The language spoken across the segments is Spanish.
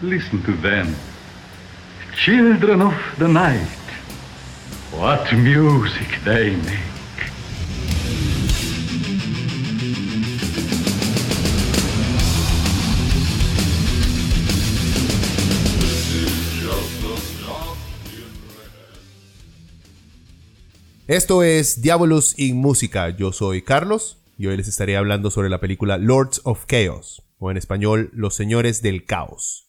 Listen to them. Children of the night. What music they make. Esto es Diabolus in Música. Yo soy Carlos y hoy les estaré hablando sobre la película Lords of Chaos, o en español, Los Señores del Caos.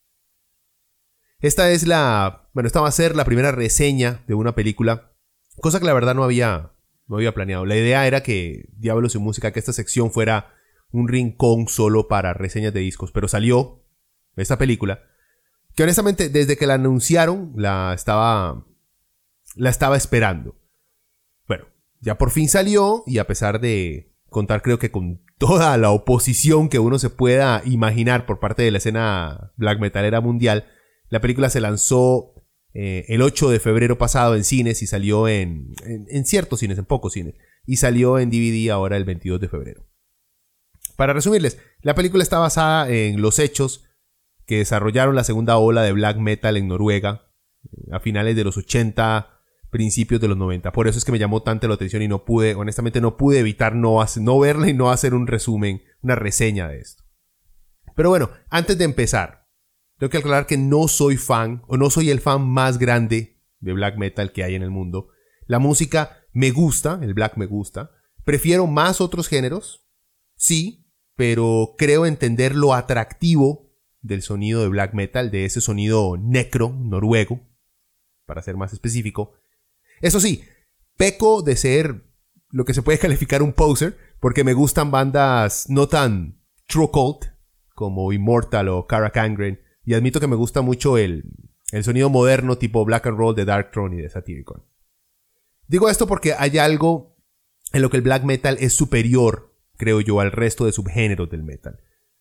Esta va a ser la primera reseña de una película, cosa que la verdad no había planeado. La idea era que Diabolus in Música, que esta sección fuera un rincón solo para reseñas de discos, pero salió esta película, que honestamente desde que la anunciaron la estaba esperando. Bueno, ya por fin salió y a pesar de contar creo que con toda la oposición que uno se pueda imaginar por parte de la escena black metalera mundial, la película se lanzó el 8 de febrero pasado en cines y salió en ciertos cines, en pocos cines, y salió en DVD ahora el 22 de febrero. Para resumirles, la película está basada en los hechos que desarrollaron la segunda ola de black metal en Noruega a finales de los 80, principios de los 90. Por eso es que me llamó tanto la atención y honestamente no pude evitar no verla y no hacer un resumen, una reseña de esto. Pero bueno, antes de empezar, tengo que aclarar que no soy fan o no soy el fan más grande de black metal que hay en el mundo. La música me gusta, el black me gusta. Prefiero más otros géneros, sí, pero creo entender lo atractivo del sonido de black metal, de ese sonido necro noruego, para ser más específico. Eso sí, peco de ser lo que se puede calificar un poser, porque me gustan bandas no tan true cult como Immortal o Cara Gangrene, y admito que me gusta mucho el sonido moderno tipo Black and Roll de Darkthrone y de Satyricon. Digo esto porque hay algo en lo que el black metal es superior, creo yo, al resto de subgéneros del metal.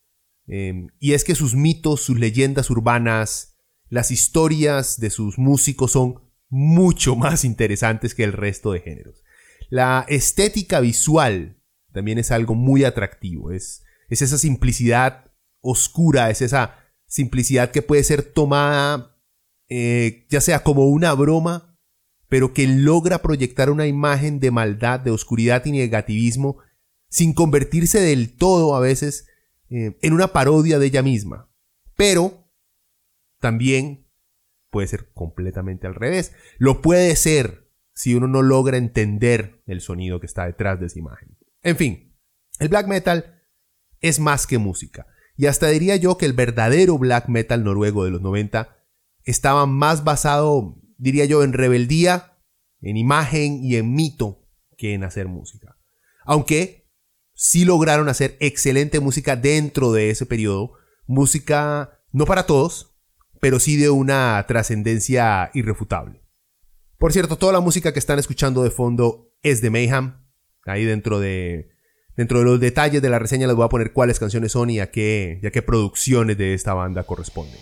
Y es que sus mitos, sus leyendas urbanas, las historias de sus músicos son mucho más interesantes que el resto de géneros. La estética visual también es algo muy atractivo. Es esa simplicidad oscura, es esa simplicidad que puede ser tomada ya sea como una broma, pero que logra proyectar una imagen de maldad, de oscuridad y negativismo sin convertirse del todo a veces en una parodia de ella misma. Pero también puede ser completamente al revés. Lo puede ser si uno no logra entender el sonido que está detrás de esa imagen. En fin, el black metal es más que música. Y hasta diría yo que el verdadero black metal noruego de los 90 estaba más basado, diría yo, en rebeldía, en imagen y en mito que en hacer música. Aunque sí lograron hacer excelente música dentro de ese periodo. Música no para todos, pero sí de una trascendencia irrefutable. Por cierto, toda la música que están escuchando de fondo es de Mayhem. Ahí dentro de los detalles de la reseña les voy a poner cuáles canciones son y a qué producciones de esta banda corresponden.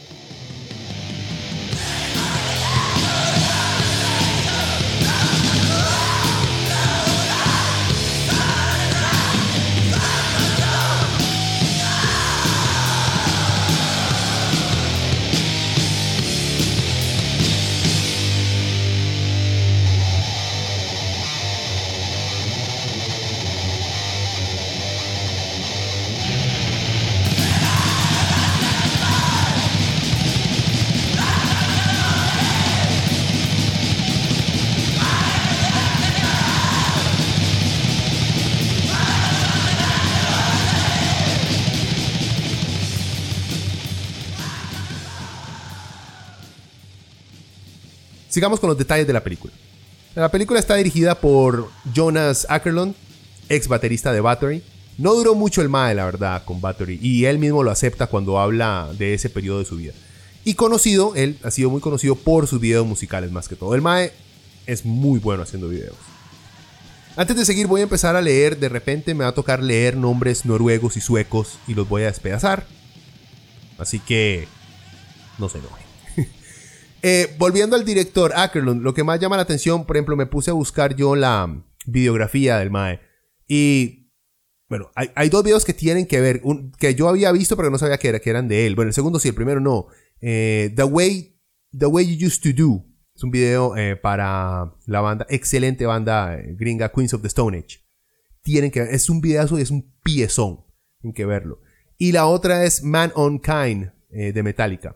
Sigamos con los detalles de la película. La película está dirigida por Jonas Åkerlund, ex baterista de Bathory. No duró mucho el mae, la verdad, con Bathory, y él mismo lo acepta cuando habla de ese periodo de su vida. Y él ha sido muy conocido por sus videos musicales más que todo. El mae es muy bueno haciendo videos. Antes de seguir voy a empezar a leer, de repente me va a tocar leer nombres noruegos y suecos y los voy a despedazar. Así que no se enojen. Volviendo al director Åkerlund, lo que más llama la atención, por ejemplo, me puse a buscar yo la videografía del mae y Bueno, hay dos videos que tienen que ver, que yo había visto pero no sabía que eran de él. Bueno, el segundo sí, el primero no. The Way You Used to Do. Es un video para la banda, excelente banda gringa, Queens of the Stone Age. Tienen que ver, es un videazo y es un piezón. Tienen que verlo. Y la otra es Man on Kind de Metallica.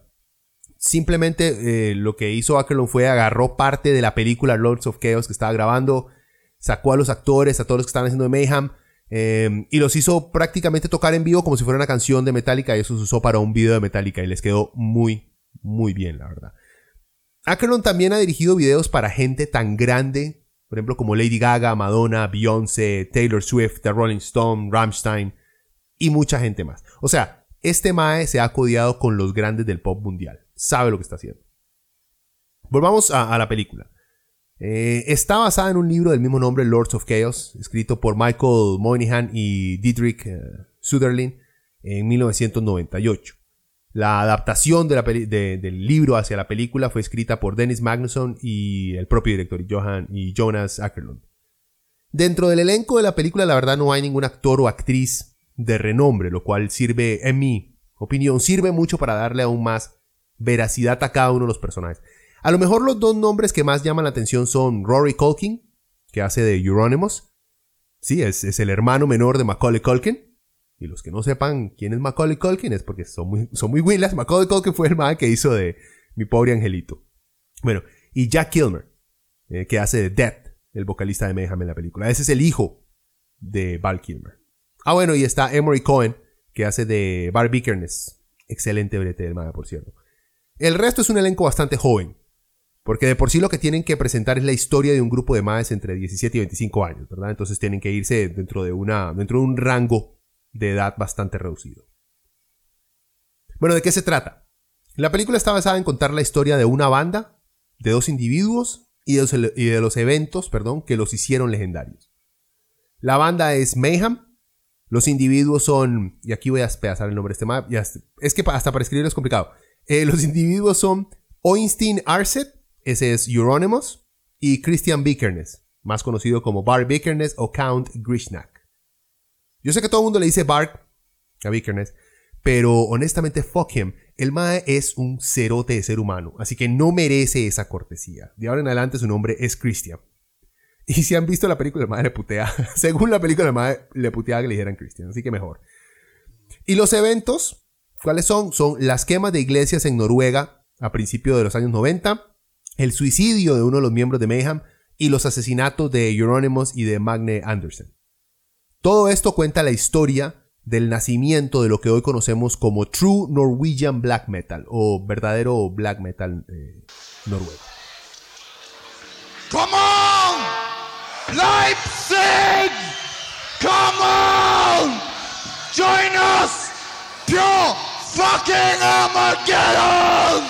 Simplemente lo que hizo Akerlund fue agarró parte de la película Lords of Chaos que estaba grabando, sacó a los actores, a todos los que estaban haciendo de Mayhem, y los hizo prácticamente tocar en vivo como si fuera una canción de Metallica, y eso se usó para un video de Metallica y les quedó muy, muy bien, la verdad. Akerlund también ha dirigido videos para gente tan grande, por ejemplo como Lady Gaga, Madonna, Beyoncé, Taylor Swift, The Rolling Stone, Rammstein y mucha gente más. O sea, este mae se ha codiado con los grandes del pop mundial. Sabe lo que está haciendo. Volvamos a la película. Está basada en un libro del mismo nombre, Lords of Chaos, escrito por Michael Moynihan y Dietrich Söderling en 1998. La adaptación del libro hacia la película fue escrita por Dennis Magnusson y el propio director Jonas Akerlund. Dentro del elenco de la película, la verdad, no hay ningún actor o actriz de renombre, lo cual sirve, en mi opinión, sirve mucho para darle aún más veracidad a cada uno de los personajes. A lo mejor los dos nombres que más llaman la atención son Rory Culkin, que hace de Euronymous. Sí, es el hermano menor de Macaulay Culkin. Y los que no sepan quién es Macaulay Culkin es porque son muy huilas. Macaulay Culkin fue el man que hizo de Mi Pobre Angelito. Bueno, y Jack Kilmer, que hace de Death, el vocalista de Mayhem en la película. Ese es el hijo de Val Kilmer. Ah, bueno, y está Emory Cohen, que hace de Bar Vikernes. Excelente brete del man, por cierto. El resto es un elenco bastante joven, porque de por sí lo que tienen que presentar es la historia de un grupo de maes entre 17 y 25 años, ¿verdad? Entonces tienen que irse dentro de un rango de edad bastante reducido. Bueno, ¿de qué se trata? La película está basada en contar la historia de una banda, de dos individuos y de los eventos, que los hicieron legendarios. La banda es Mayhem, los individuos son, y aquí voy a despedazar el nombre de este mapa, es que hasta para escribirlo es complicado. Los individuos son Oystein Arset, ese es Euronymous, y Christian Vikernes, más conocido como Bar Vikernes o Count Grishnak. Yo sé que todo el mundo le dice Bart a Vikernes, pero honestamente fuck him. El mae es un cerote de ser humano, así que no merece esa cortesía. De ahora en adelante su nombre es Christian. Y si han visto la película, el mae le putea. Según la película, el mae le puteaba que le dijeran Christian, así que mejor. Y los eventos, ¿cuáles son? Son las quemas de iglesias en Noruega a principios de los años 90, el suicidio de uno de los miembros de Mayhem y los asesinatos de Euronymous y de Magne Andersen. Todo esto cuenta la historia del nacimiento de lo que hoy conocemos como True Norwegian Black Metal o verdadero Black Metal noruego. Come on! Leipzig! Come on! Join us! Pure fucking Armageddon!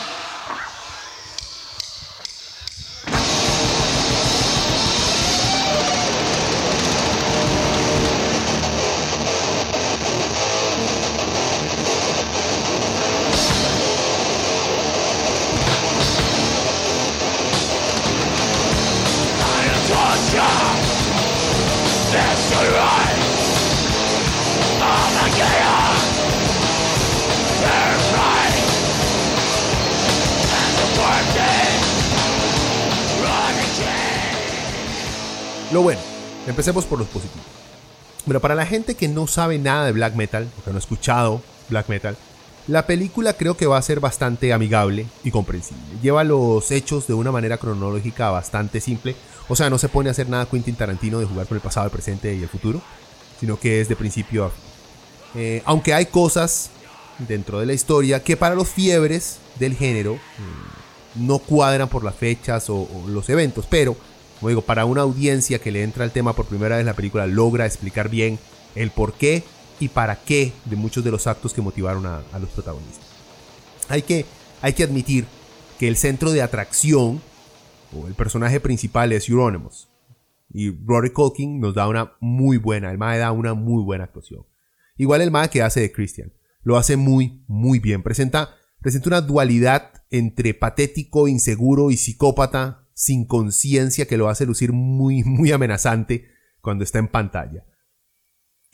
Lo bueno, empecemos por los positivos. Bueno, para la gente que no sabe nada de black metal, o que no ha escuchado black metal, la película creo que va a ser bastante amigable y comprensible. Lleva los hechos de una manera cronológica bastante simple. O sea, no se pone a hacer nada Quentin Tarantino de jugar con el pasado, el presente y el futuro, sino que es de principio a fin. Aunque hay cosas dentro de la historia que para los fiebres del género no cuadran por las fechas o los eventos, pero como digo, para una audiencia que le entra al tema por primera vez, la película logra explicar bien el por qué y para qué de muchos de los actos que motivaron a los protagonistas. Hay que admitir que el centro de atracción o el personaje principal es Euronymous, y Rory Culkin nos da una muy buena, el mae da una muy buena actuación. Igual el mae que hace de Christian, lo hace muy, muy bien. Presenta una dualidad entre patético, inseguro y psicópata sin conciencia que lo hace lucir muy, muy amenazante cuando está en pantalla.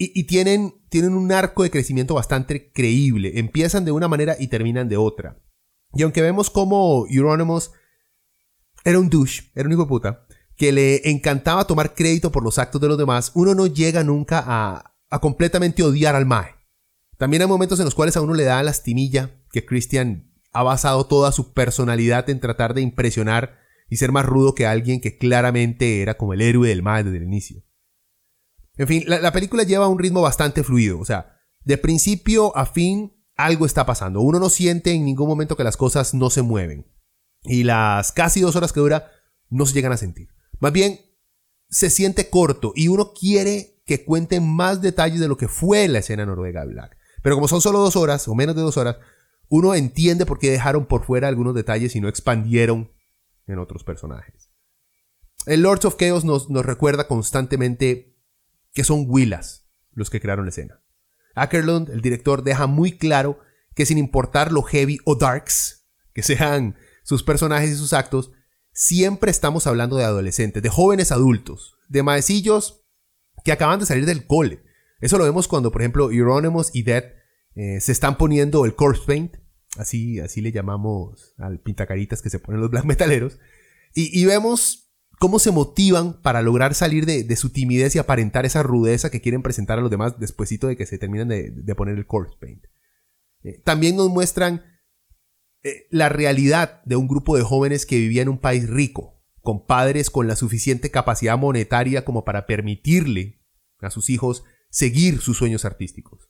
Y tienen un arco de crecimiento bastante creíble. Empiezan de una manera y terminan de otra. Y aunque vemos como Euronymous era un douche, era un hijo de puta, que le encantaba tomar crédito por los actos de los demás, uno no llega nunca a completamente odiar al mae. También hay momentos en los cuales a uno le da lastimilla que Christian ha basado toda su personalidad en tratar de impresionar y ser más rudo que alguien que claramente era como el héroe del mae desde el inicio. En fin, la película lleva un ritmo bastante fluido, o sea, de principio a fin algo está pasando. Uno no siente en ningún momento que las cosas no se mueven. Y las casi 2 horas que dura no se llegan a sentir. Más bien, se siente corto y uno quiere que cuenten más detalles de lo que fue la escena noruega de Black. Pero como son solo 2 horas o menos de 2 horas, uno entiende por qué dejaron por fuera algunos detalles y no expandieron en otros personajes. El Lords of Chaos nos recuerda constantemente que son Willas los que crearon la escena. Åkerlund, el director, deja muy claro que sin importar lo heavy o darks que sean sus personajes y sus actos, siempre estamos hablando de adolescentes, de jóvenes adultos, de maecillos que acaban de salir del cole. Eso lo vemos cuando, por ejemplo, Euronymous y Death se están poniendo el corpse paint, así le llamamos al pintacaritas que se ponen los black metaleros, y vemos cómo se motivan para lograr salir de su timidez y aparentar esa rudeza que quieren presentar a los demás despuesito de que se terminan de poner el corpse paint. También nos muestran la realidad de un grupo de jóvenes que vivía en un país rico, con padres con la suficiente capacidad monetaria como para permitirle a sus hijos seguir sus sueños artísticos.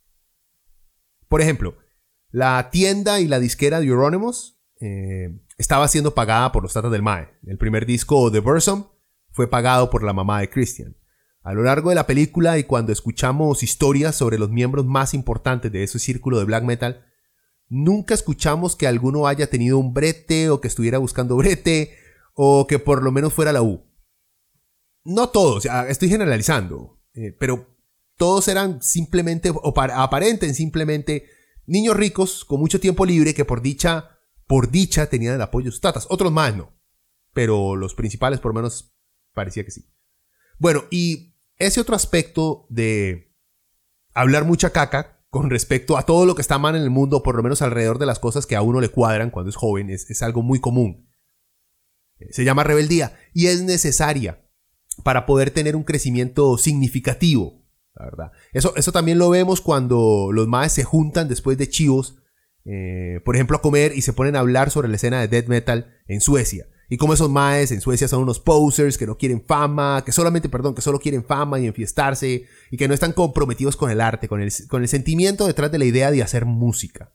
Por ejemplo, la tienda y la disquera de Euronymous estaba siendo pagada por los tatas del mae. El primer disco, The Burzum, fue pagado por la mamá de Christian. A lo largo de la película y cuando escuchamos historias sobre los miembros más importantes de ese círculo de black metal, nunca escuchamos que alguno haya tenido un brete o que estuviera buscando brete o que por lo menos fuera la U. No todos, estoy generalizando, pero todos eran simplemente, o aparenten simplemente, niños ricos con mucho tiempo libre que por dicha tenían el apoyo de sus tatas. Otros más no, pero los principales por lo menos parecía que sí. Bueno, y ese otro aspecto de hablar mucha caca con respecto a todo lo que está mal en el mundo, por lo menos alrededor de las cosas que a uno le cuadran cuando es joven, es algo muy común. Se llama rebeldía y es necesaria para poder tener un crecimiento significativo, la verdad. Eso también lo vemos cuando los maes se juntan después de chivos, por ejemplo, a comer y se ponen a hablar sobre la escena de death metal en Suecia. Y como esos maes en Suecia son unos posers que no quieren fama, que solo quieren fama y enfiestarse y que no están comprometidos con el arte, con el sentimiento detrás de la idea de hacer música.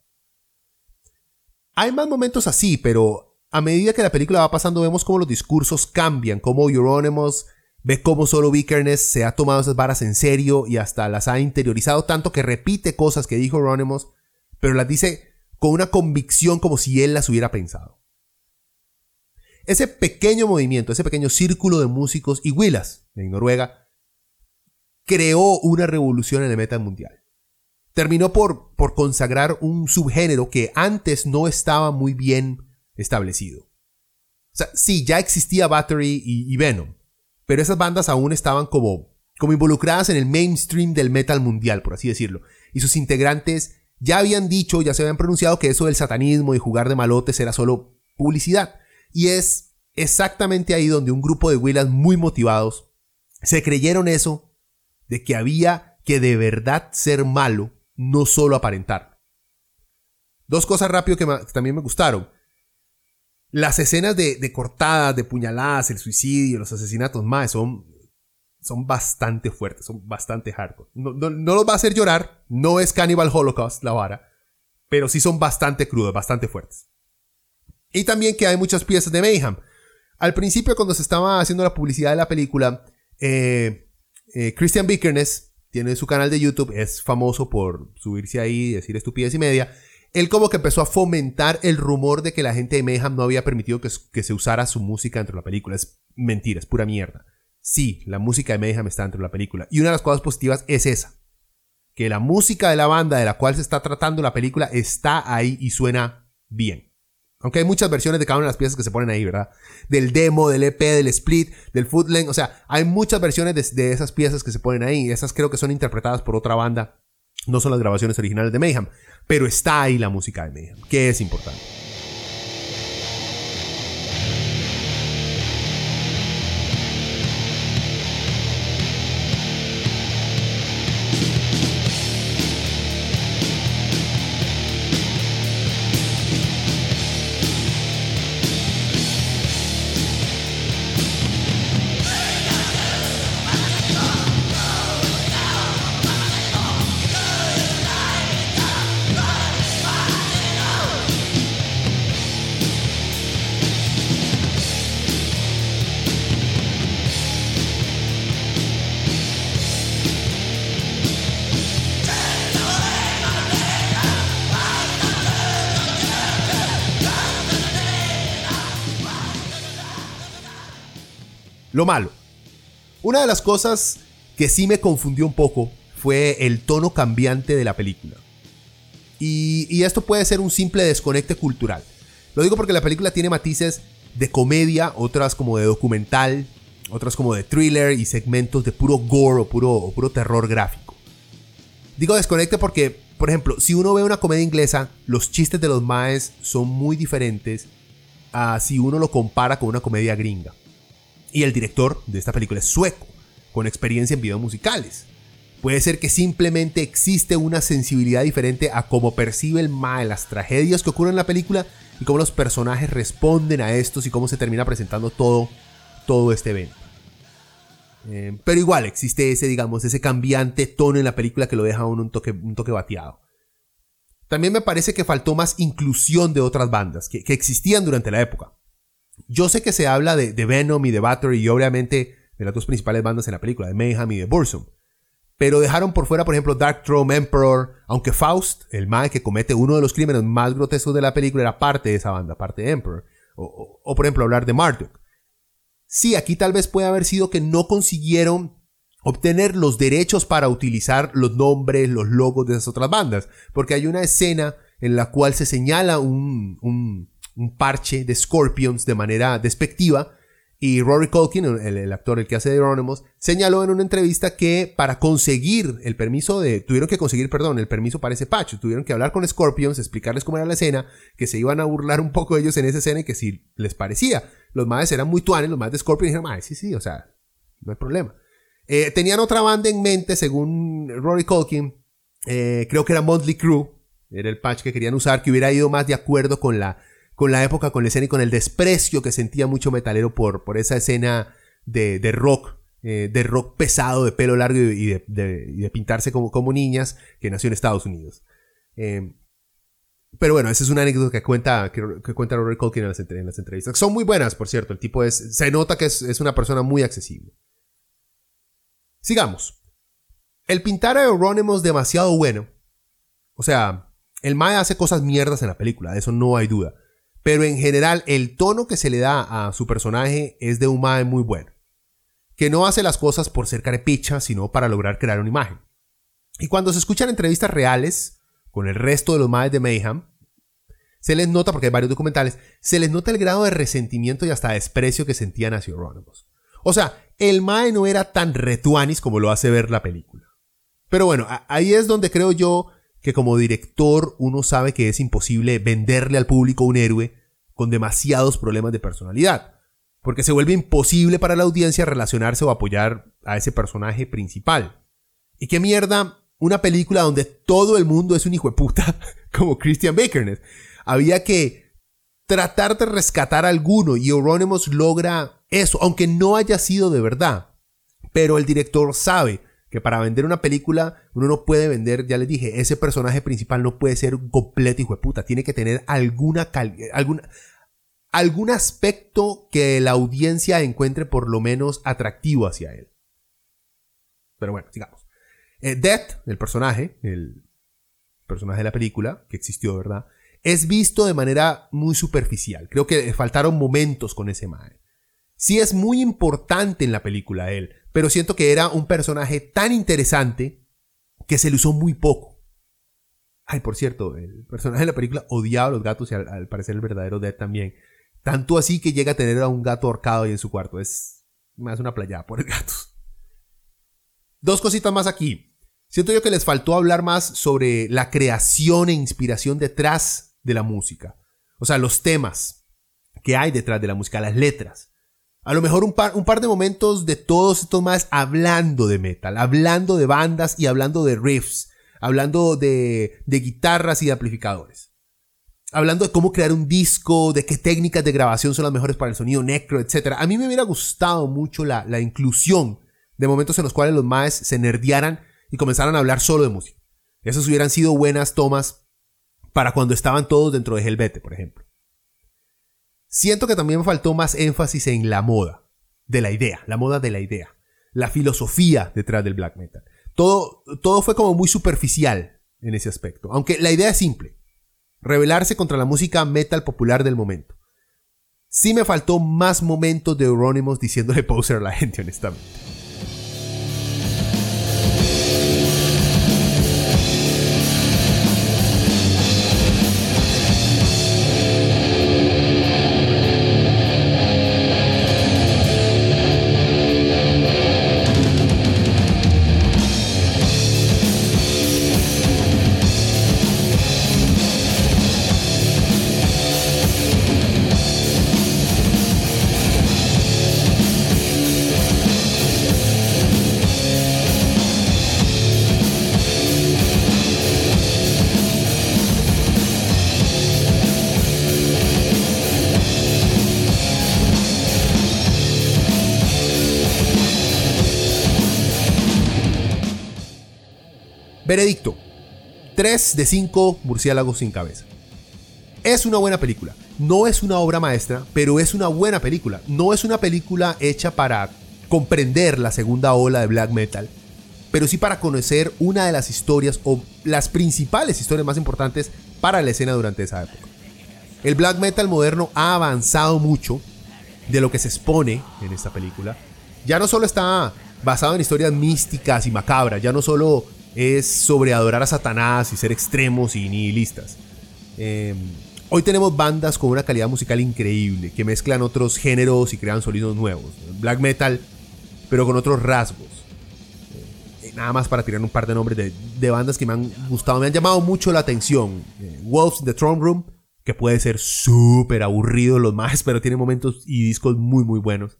Hay más momentos así, pero a medida que la película va pasando vemos cómo los discursos cambian, cómo Euronymous ve cómo solo Vikernes se ha tomado esas varas en serio y hasta las ha interiorizado tanto que repite cosas que dijo Euronymous, pero las dice con una convicción como si él las hubiera pensado. Ese pequeño movimiento, ese pequeño círculo de músicos y Willas en Noruega creó una revolución en el metal mundial. Terminó por consagrar un subgénero que antes no estaba muy bien establecido. O sea, sí, ya existía Battery y Venom, pero esas bandas aún estaban como involucradas en el mainstream del metal mundial, por así decirlo, y sus integrantes ya habían dicho, ya se habían pronunciado que eso del satanismo y jugar de malotes era solo publicidad. Y es exactamente ahí donde un grupo de Willas muy motivados se creyeron eso de que había que de verdad ser malo, no solo aparentar. 2 cosas rápido que también me gustaron. Las escenas de cortadas, de puñaladas, el suicidio, los asesinatos más son bastante fuertes, son bastante hardcore. No los va a hacer llorar, no es Cannibal Holocaust la vara, pero sí son bastante crudos, bastante fuertes. Y también que hay muchas piezas de Mayhem. Al principio, cuando se estaba haciendo la publicidad de la película, Christian Vikernes tiene su canal de YouTube, es famoso por subirse ahí y decir estupidez y media. Él como que empezó a fomentar el rumor de que la gente de Mayhem no había permitido que se usara su música dentro de la película. Es mentira, es pura mierda. Sí, la música de Mayhem está dentro de la película. Y una de las cosas positivas es esa. Que la música de la banda de la cual se está tratando la película está ahí y suena bien. Aunque hay muchas versiones de cada una de las piezas que se ponen ahí, ¿verdad? Del demo, del EP, del split, del full length. O sea, hay muchas versiones de esas piezas que se ponen ahí. Esas creo que son interpretadas por otra banda. No son las grabaciones originales de Mayhem. Pero está ahí la música de Mayhem, que es importante. Lo malo. Una de las cosas que sí me confundió un poco fue el tono cambiante de la película. Y esto puede ser un simple desconecte cultural. Lo digo porque la película tiene matices de comedia, otras como de documental, otras como de thriller y segmentos de puro gore o puro terror gráfico. Digo desconecte porque, por ejemplo, si uno ve una comedia inglesa, los chistes de los maes son muy diferentes a si uno lo compara con una comedia gringa. Y el director de esta película es sueco, con experiencia en videos musicales. Puede ser que simplemente existe una sensibilidad diferente a cómo percibe el mae las tragedias que ocurren en la película y cómo los personajes responden a estos y cómo se termina presentando todo este evento. Pero igual existe ese cambiante tono en la película que lo deja a uno un toque bateado. También me parece que faltó más inclusión de otras bandas que existían durante la época. Yo sé que se habla de Venom y de Bathory y obviamente de las dos principales bandas en la película, de Mayhem y de Burzum. Pero dejaron por fuera, por ejemplo, Darkthrone, Emperor, aunque Faust, el mae que comete uno de los crímenes más grotescos de la película, era parte de esa banda, parte de Emperor. O por ejemplo, hablar de Marduk. Sí, aquí tal vez puede haber sido que no consiguieron obtener los derechos para utilizar los nombres, los logos de esas otras bandas. Porque hay una escena en la cual se señala un parche de Scorpions de manera despectiva. Y Rory Culkin, el actor el que hace de Euronymous, señaló en una entrevista que para conseguir el permiso el permiso para ese patch, tuvieron que hablar con Scorpions, explicarles cómo era la escena, que se iban a burlar un poco de ellos en esa escena y que si les parecía. Los maes eran muy tuanes, los maes de Scorpions dijeron, sí, o sea, no hay problema. Tenían otra banda en mente, según Rory Culkin, creo que era Motley Crue, era el patch que querían usar, que hubiera ido más de acuerdo con la época, con la escena y con el desprecio que sentía mucho metalero por esa escena de rock pesado, de pelo largo y de pintarse como niñas, que nació en Estados Unidos. Pero bueno, esa es una anécdota que cuenta Rory Culkin en las entrevistas. Son muy buenas, por cierto. El tipo se nota que es una persona muy accesible. Sigamos. El pintar a Euronymous demasiado bueno. O sea, el mae hace cosas mierdas en la película, de eso no hay duda. Pero en general, el tono que se le da a su personaje es de un mae muy bueno. Que no hace las cosas por ser carepicha, sino para lograr crear una imagen. Y cuando se escuchan entrevistas reales con el resto de los maes de Mayhem, se les nota, porque hay varios documentales, se les nota el grado de resentimiento y hasta desprecio que sentían hacia Euronymous. O sea, el mae no era tan retuanis como lo hace ver la película. Pero bueno, ahí es donde creo yo que como director uno sabe que es imposible venderle al público un héroe con demasiados problemas de personalidad, porque se vuelve imposible para la audiencia relacionarse o apoyar a ese personaje principal. ¿Y qué mierda una película donde todo el mundo es un hijo de puta como Christian Bacon? Había que tratar de rescatar a alguno y Euronymous logra eso, aunque no haya sido de verdad. Pero el director sabe que para vender una película uno no puede vender, ya les dije, ese personaje principal no puede ser un completo hijo de puta. Tiene que tener algún aspecto que la audiencia encuentre por lo menos atractivo hacia él. Pero bueno, sigamos. Death, el personaje de la película, que existió, ¿verdad? Es visto de manera muy superficial. Creo que faltaron momentos con ese mae. Sí es muy importante en la película él, pero siento que era un personaje tan interesante que se le usó muy poco. Ay, por cierto, el personaje de la película odiaba a los gatos y al parecer el verdadero Dead también. Tanto así que llega a tener a un gato ahorcado ahí en su cuarto. Es más una playada por el gato. Dos cositas más aquí. Siento yo que les faltó hablar más sobre la creación e inspiración detrás de la música. O sea, los temas que hay detrás de la música, las letras. A lo mejor un par de momentos de todos estos más hablando de metal, hablando de bandas y hablando de riffs, hablando de guitarras y de amplificadores. Hablando de cómo crear un disco, de qué técnicas de grabación son las mejores para el sonido necro, etc. A mí me hubiera gustado mucho la inclusión de momentos en los cuales los maes se nerdearan y comenzaran a hablar solo de música. Esas hubieran sido buenas tomas para cuando estaban todos dentro de Hellvete, por ejemplo. Siento que también me faltó más énfasis en la moda de la idea, la moda de la idea, la filosofía detrás del black metal. Todo fue como muy superficial en ese aspecto, aunque la idea es simple, rebelarse contra la música metal popular del momento. Sí me faltó más momentos de Euronymous diciéndole poser a la gente, honestamente. Veredicto: 3 de 5 murciélagos sin cabeza. Es una buena película. No es una obra maestra, pero es una buena película. No es una película hecha para comprender la segunda ola de black metal, pero sí para conocer una de las historias o las principales historias más importantes para la escena durante esa época. El black metal moderno ha avanzado mucho de lo que se expone en esta película. Ya no solo está basado en historias místicas y macabras, ya no solo es sobre adorar a Satanás y ser extremos y nihilistas. Hoy tenemos bandas con una calidad musical increíble, que mezclan otros géneros y crean sonidos nuevos. Black metal, pero con otros rasgos. Nada más para tirar un par de nombres de bandas que me han gustado, me han llamado mucho la atención. Wolves in the Throne Room, que puede ser súper aburrido los más, pero tiene momentos y discos muy muy buenos.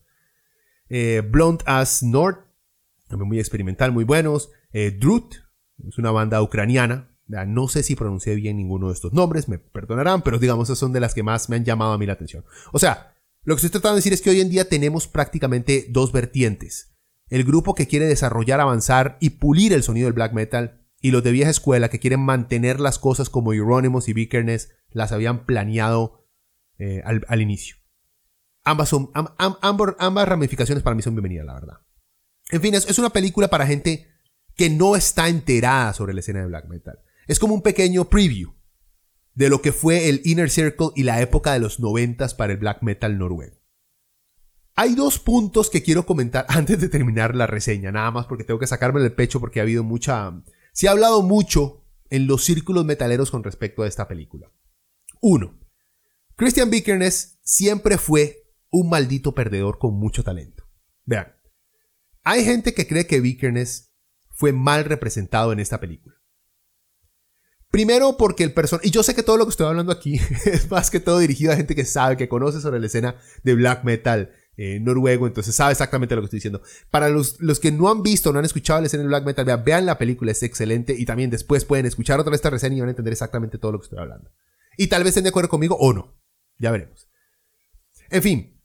Blunt as North, también muy experimental, muy buenos. Drut, es una banda ucraniana. No sé si pronuncié bien ninguno de estos nombres, me perdonarán, pero digamos esas son de las que más me han llamado a mí la atención. O sea, lo que estoy tratando de decir es que hoy en día tenemos prácticamente dos vertientes. El grupo que quiere desarrollar, avanzar y pulir el sonido del black metal, y los de vieja escuela que quieren mantener las cosas como Euronymous y Vikernes las habían planeado al inicio. Ambas ramificaciones para mí son bienvenidas, la verdad. En fin, es una película para gente que no está enterada sobre la escena de black metal. Es como un pequeño preview de lo que fue el Inner Circle y la época de los 90s para el black metal noruego. Hay dos puntos que quiero comentar antes de terminar la reseña, nada más porque tengo que sacarme del pecho porque ha habido se ha hablado mucho en los círculos metaleros con respecto a esta película. 1. Christian Vikernes siempre fue un maldito perdedor con mucho talento. Vean, hay gente que cree que Vikernes fue mal representado en esta película. Primero porque el personaje, y yo sé que todo lo que estoy hablando aquí es más que todo dirigido a gente que sabe, que conoce sobre la escena de black metal noruego, entonces sabe exactamente lo que estoy diciendo. Para los que no han visto, no han escuchado la escena de black metal, vean la película, es excelente, y también después pueden escuchar otra vez esta reseña y van a entender exactamente todo lo que estoy hablando. Y tal vez estén de acuerdo conmigo o no, ya veremos. En fin,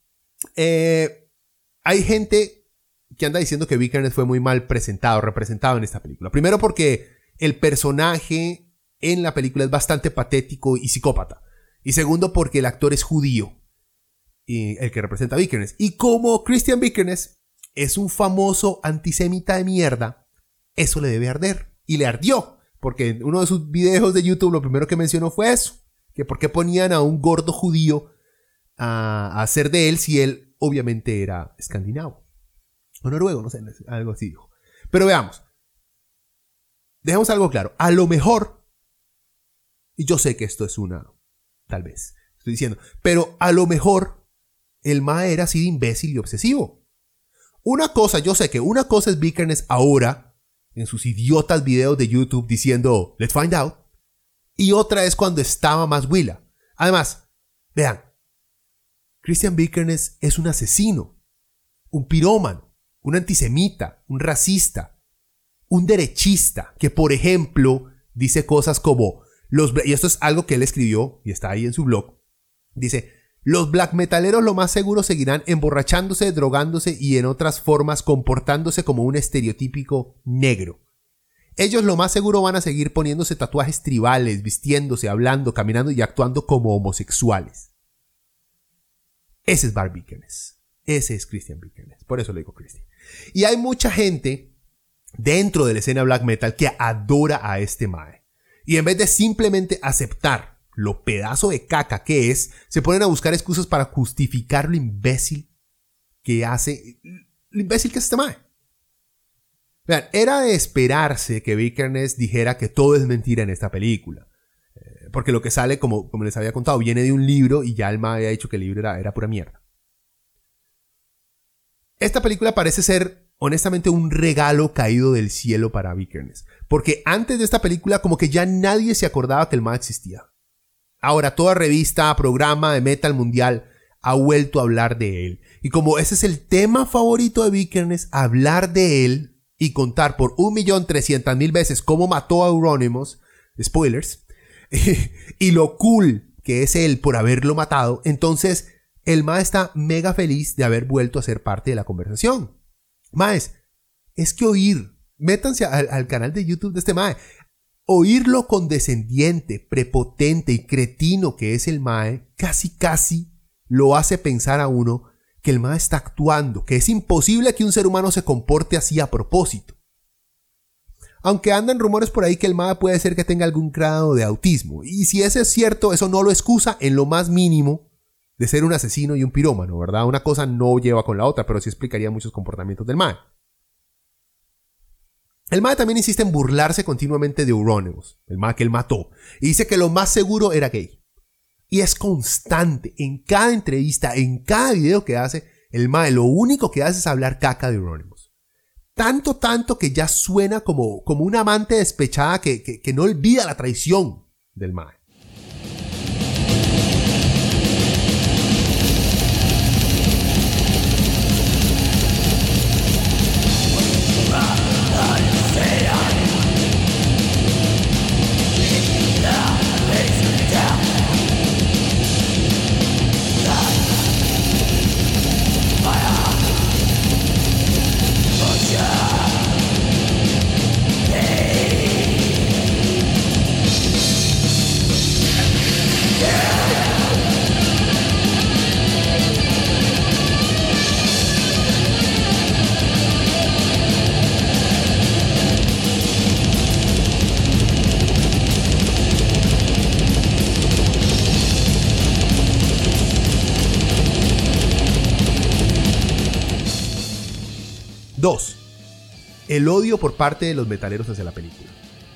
hay gente que anda diciendo que Vikernes fue muy mal representado en esta película. Primero porque el personaje en la película es bastante patético y psicópata. Y segundo porque el actor es judío, el que representa a Vikernes. Y como Christian Vikernes es un famoso antisemita de mierda, eso le debe arder. Y le ardió, porque en uno de sus videos de YouTube lo primero que mencionó fue eso. Que por qué ponían a un gordo judío a hacer de él si él obviamente era escandinavo. O noruego, no sé, algo así dijo. Pero veamos. Dejemos algo claro. A lo mejor Y yo sé que esto es tal vez, estoy diciendo, pero a lo mejor el mae era así de imbécil y obsesivo. Yo sé que una cosa es Vikernes ahora, en sus idiotas videos de YouTube diciendo, let's find out, y otra es cuando estaba más huila. Además, vean, Christian Vikernes es un asesino, un pirómano, un antisemita, un racista, un derechista, que por ejemplo dice cosas como, y esto es algo que él escribió y está ahí en su blog, dice, los black metaleros lo más seguro seguirán emborrachándose, drogándose y en otras formas comportándose como un estereotípico negro. Ellos lo más seguro van a seguir poniéndose tatuajes tribales, vistiéndose, hablando, caminando y actuando como homosexuales. Ese es Bart Vikernes. Ese es Christian Vikernes. Por eso le digo Christian. Y hay mucha gente dentro de la escena black metal que adora a este mae. Y en vez de simplemente aceptar lo pedazo de caca que es, se ponen a buscar excusas para justificar lo imbécil que es este mae. Vean, era de esperarse que Vikernes dijera que todo es mentira en esta película. Porque lo que sale, como les había contado, viene de un libro y ya el mae había dicho que el libro era pura mierda. Esta película parece ser, honestamente, un regalo caído del cielo para Vikernes. Porque antes de esta película, como que ya nadie se acordaba que el mae existía. Ahora toda revista, programa de metal mundial ha vuelto a hablar de él. Y como ese es el tema favorito de Vikernes, hablar de él y contar por 1.300.000 veces cómo mató a Euronymous, spoilers, y lo cool que es él por haberlo matado, entonces el mae está mega feliz de haber vuelto a ser parte de la conversación. Maes, es que métanse al canal de YouTube de este mae, oír lo condescendiente, prepotente y cretino que es el mae, casi lo hace pensar a uno que el mae está actuando, que es imposible que un ser humano se comporte así a propósito. Aunque andan rumores por ahí que el mae puede ser que tenga algún grado de autismo, y si eso es cierto, eso no lo excusa en lo más mínimo de ser un asesino y un pirómano, ¿verdad? Una cosa no lleva con la otra, pero sí explicaría muchos comportamientos del mae. El mae también insiste en burlarse continuamente de Euronymous, el mae que él mató, y dice que lo más seguro era gay. Y es constante, en cada entrevista, en cada video que hace, el mae lo único que hace es hablar caca de Euronymous. Tanto que ya suena como una amante despechada que no olvida la traición del mae. Dos, el odio por parte de los metaleros hacia la película.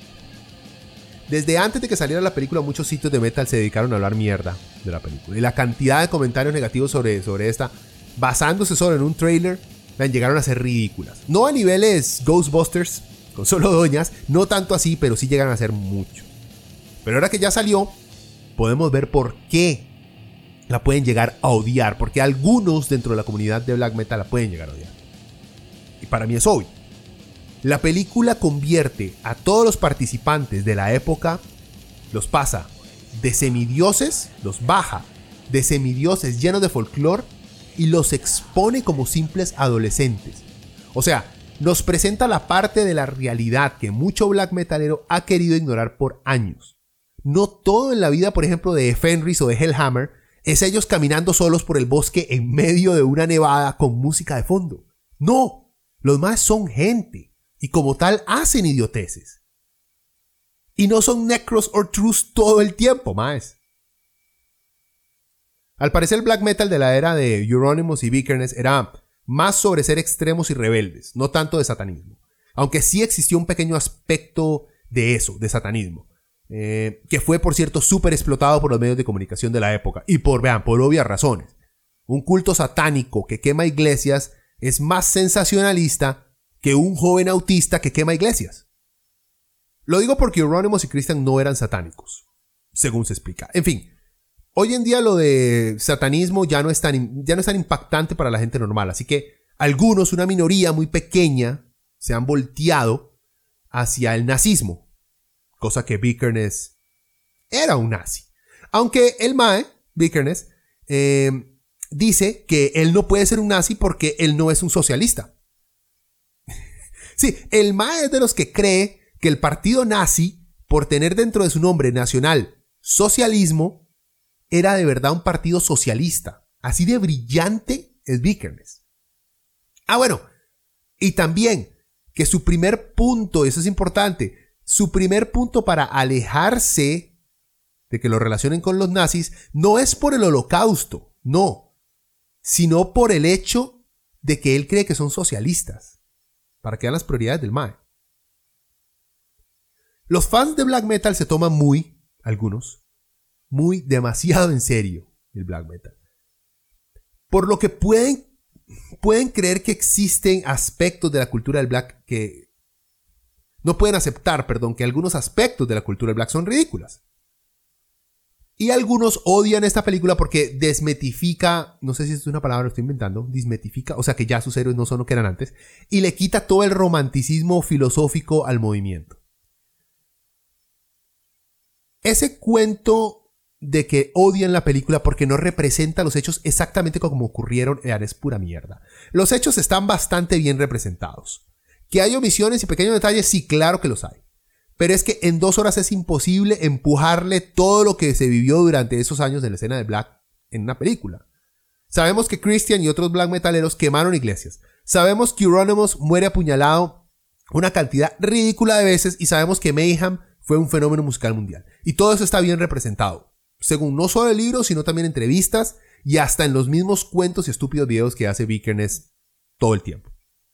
Desde antes de que saliera la película, muchos sitios de metal se dedicaron a hablar mierda de la película. Y la cantidad de comentarios negativos sobre esta, basándose solo en un trailer, llegaron a ser ridículas. No a niveles Ghostbusters, con solo doñas, no tanto así, pero sí llegan a ser mucho. Pero ahora que ya salió, podemos ver por qué la pueden llegar a odiar. Porque algunos dentro de la comunidad de black metal la pueden llegar a odiar. Y para mí es obvio. La película convierte a todos los participantes de la época, los pasa de semidioses, los baja de semidioses llenos de folclore y los expone como simples adolescentes. O sea, nos presenta la parte de la realidad que mucho black metalero ha querido ignorar por años. No todo en la vida, por ejemplo, de Fenris o de Hellhammer es ellos caminando solos por el bosque en medio de una nevada con música de fondo. No. Los más son gente, y como tal hacen idioteces. Y no son necros or truths todo el tiempo, más. Al parecer el black metal de la era de Euronymous y Vikernes era más sobre ser extremos y rebeldes, no tanto de satanismo. Aunque sí existió un pequeño aspecto de eso, de satanismo. que fue, por cierto, súper explotado por los medios de comunicación de la época. Y por obvias razones. Un culto satánico que quema iglesias es más sensacionalista que un joven autista que quema iglesias. Lo digo porque Euronymous y Christian no eran satánicos, según se explica. En fin, hoy en día lo de satanismo ya no es tan impactante para la gente normal. Así que algunos, una minoría muy pequeña, se han volteado hacia el nazismo. Cosa que Vikernes era un nazi. Aunque el mae, Vikernes, dice que él no puede ser un nazi porque él no es un socialista. Sí, el mae es de los que cree que el partido nazi, por tener dentro de su nombre nacional socialismo, era de verdad un partido socialista. Así de brillante es Vikernes. Bueno, y también que su primer punto, eso es importante, su primer punto para alejarse de que lo relacionen con los nazis no es por el holocausto, no, sino por el hecho de que él cree que son socialistas, para que vean las prioridades del mae. Los fans de black metal se toman algunos, demasiado en serio el black metal. Por lo que pueden creer que existen aspectos de la cultura del black que no pueden aceptar, que algunos aspectos de la cultura del black son ridículas. Y algunos odian esta película porque desmetifica, no sé si es una palabra, lo estoy inventando, desmetifica, o sea que ya sus héroes no son lo que eran antes, y le quita todo el romanticismo filosófico al movimiento. Ese cuento de que odian la película porque no representa los hechos exactamente como ocurrieron es pura mierda. Los hechos están bastante bien representados. ¿Que hay omisiones y pequeños detalles? Sí, claro que los hay. Pero es que en 2 horas es imposible empujarle todo lo que se vivió durante esos años de la escena de black en una película. Sabemos que Christian y otros black metaleros quemaron iglesias. Sabemos que Euronymous muere apuñalado una cantidad ridícula de veces y sabemos que Mayhem fue un fenómeno musical mundial. Y todo eso está bien representado, según no solo el libro, sino también entrevistas y hasta en los mismos cuentos y estúpidos videos que hace Vikernes todo el tiempo.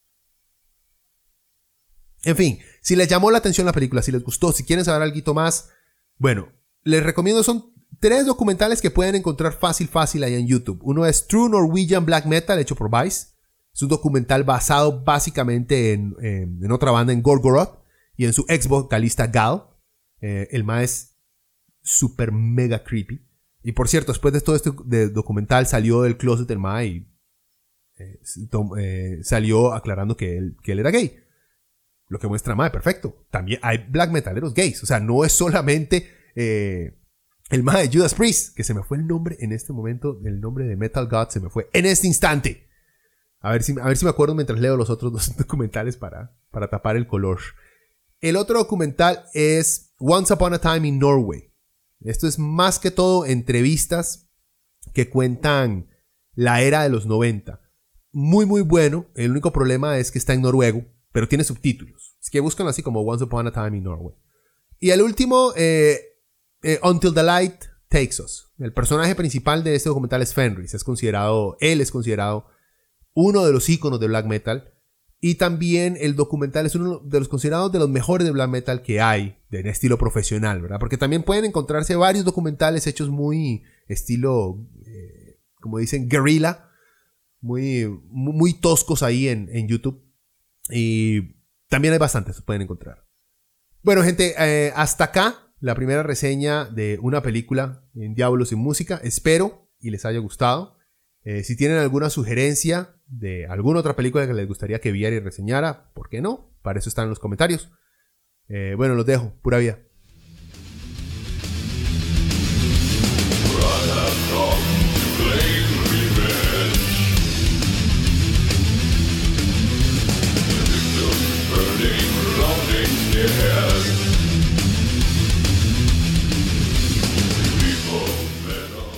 En fin, si les llamó la atención la película, si les gustó, si quieren saber algo más, bueno, les recomiendo, son 3 documentales que pueden encontrar fácil ahí en YouTube. Uno es True Norwegian Black Metal, hecho por Vice. Es un documental basado básicamente en otra banda, en Gorgoroth, y en su ex vocalista Gal. El mae es super mega creepy. Y por cierto, después de todo este documental salió del closet del mae y salió aclarando que él era gay. Lo que muestra mae, perfecto. También hay black metaleros gays. O sea, no es solamente el mae de Judas Priest, que se me fue el nombre en este momento. El nombre de Metal God se me fue en este instante. A ver si me acuerdo mientras leo los otros 2 documentales para tapar el color. El otro documental es Once Upon a Time in Norway. Esto es más que todo entrevistas que cuentan la era de los 90. Muy bueno. El único problema es que está en noruego, pero tiene subtítulos. Así que búscanlo así como Once Upon a Time in Norway. Y el último, Until the Light Takes Us. El personaje principal de este documental es Fenris. Él es considerado uno de los íconos de black metal. Y también el documental es uno de los considerados de los mejores de black metal que hay, en estilo profesional, ¿verdad? Porque también pueden encontrarse varios documentales hechos muy estilo, como dicen, guerrilla, muy toscos ahí en YouTube. Y también hay bastantes, se pueden encontrar. Bueno, gente, hasta acá la primera reseña de una película en Diablos y Música. Espero y les haya gustado. Si tienen alguna sugerencia de alguna otra película que les gustaría que viera y reseñara, ¿por qué no? Para eso están en los comentarios. Bueno, los dejo. Pura vida.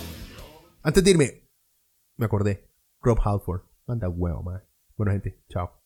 Antes de irme, me acordé. Rob Halford. Manda huevo, man. Bueno, gente. Chao.